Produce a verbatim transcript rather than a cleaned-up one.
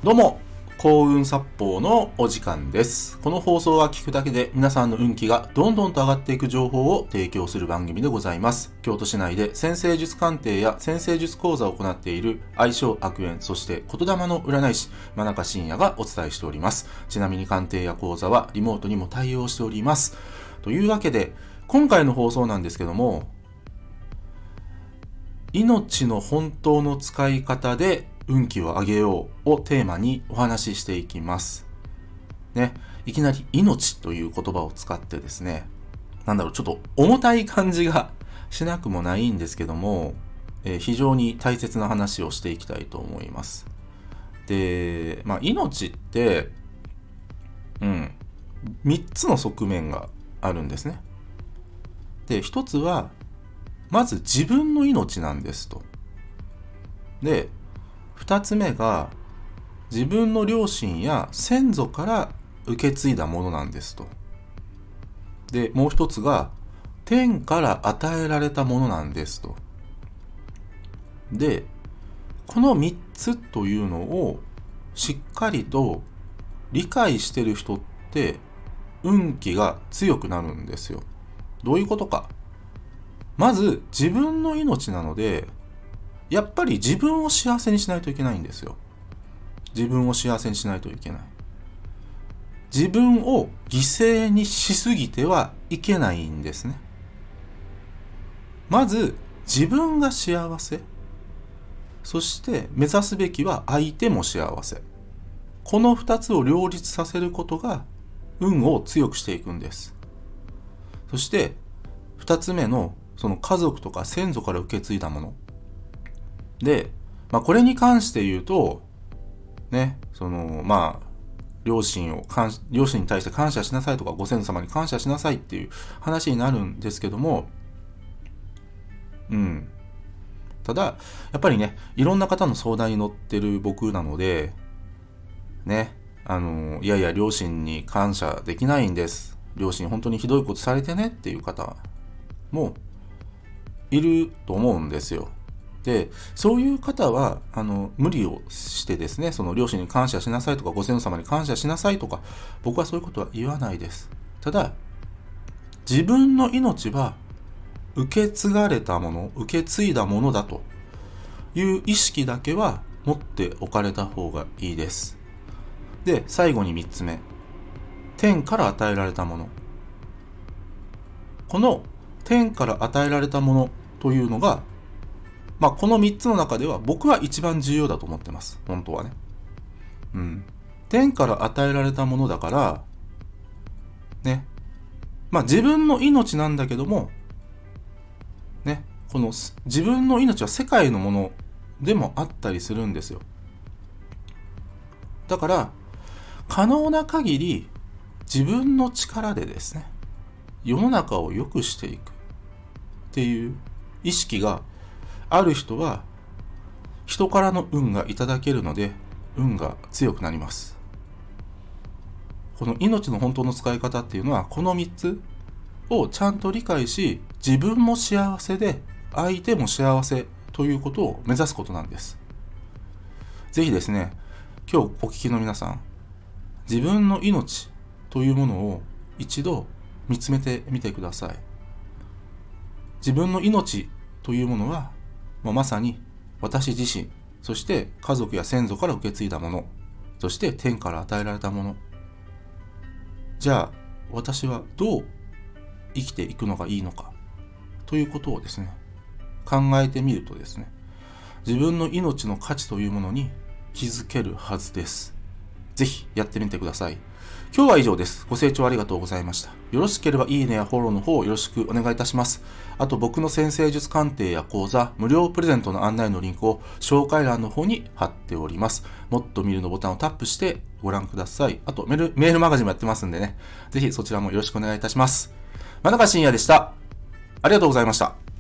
どうも、幸運殺法のお時間です。この放送は聞くだけで皆さんの運気がどんどんと上がっていく情報を提供する番組でございます。京都市内で占星術鑑定や占星術講座を行っている相性悪縁、そして言霊の占い師、真中信也がお伝えしております。ちなみに鑑定や講座はリモートにも対応しております。というわけで、今回の放送なんですけども、命の本当の使い方で運気を上げようをテーマにお話ししていきます。ね、いきなり命という言葉を使ってですね、なんだろう、ちょっと重たい感じがしなくもないんですけども、えー、非常に大切な話をしていきたいと思います。で、まあ命って、うん、みっつの側面があるんですね。で、ひとつは、まず自分の命なんですと。で、二つ目が自分の両親や先祖から受け継いだものなんですと。で、もう一つが天から与えられたものなんですと。で、この三つというのをしっかりと理解してる人って運気が強くなるんですよ。どういうことか。まず自分の命なので、やっぱり自分を幸せにしないといけないんですよ。自分を幸せにしないといけない。自分を犠牲にしすぎてはいけないんですね。まず自分が幸せ。そして目指すべきは相手も幸せ。この二つを両立させることが運を強くしていくんです。そして二つ目のその家族とか先祖から受け継いだもの。で、まあ、これに関して言うと、ね、その、まあ、両親を感、両親に対して感謝しなさいとか、ご先祖様に感謝しなさいっていう話になるんですけども、うん。ただ、やっぱりね、いろんな方の相談に乗ってる僕なので、ね、あの、いやいや、両親に感謝できないんです。両親本当にひどいことされてねっていう方もいると思うんですよ。で、そういう方はあの無理をしてですね、その両親に感謝しなさいとかご先祖様に感謝しなさいとか、僕はそういうことは言わないです。ただ、自分の命は受け継がれたもの、受け継いだものだという意識だけは持っておかれた方がいいです。で、最後にみっつめ、天から与えられたもの。この天から与えられたものというのが、まあこのみっつの中では僕は一番重要だと思ってます。本当はね。うん。天から与えられたものだから、ね。まあ自分の命なんだけども、ね。この自分の命は世界のものでもあったりするんですよ。だから、可能な限り自分の力でですね、世の中を良くしていくっていう意識がある人は人からの運がいただけるので運が強くなります。この命の本当の使い方っていうのはこのみっつをちゃんと理解し、自分も幸せで相手も幸せということを目指すことなんです。ぜひですね、今日お聞きの皆さん、自分の命というものを一度見つめてみてください。自分の命というものはもうまさに私自身、そして家族や先祖から受け継いだもの、そして天から与えられたもの。じゃあ私はどう生きていくのがいいのかということをですね、考えてみるとですね、自分の命の価値というものに気づけるはずです。ぜひやってみてください。今日は以上です。ご清聴ありがとうございました。よろしければいいねやフォローの方よろしくお願いいたします。あと僕の占星術鑑定や講座、無料プレゼントの案内のリンクを紹介欄の方に貼っております。もっと見るのボタンをタップしてご覧ください。あとメール、メールマガジンもやってますんでね、ぜひそちらもよろしくお願いいたします。真中信也でした。ありがとうございました。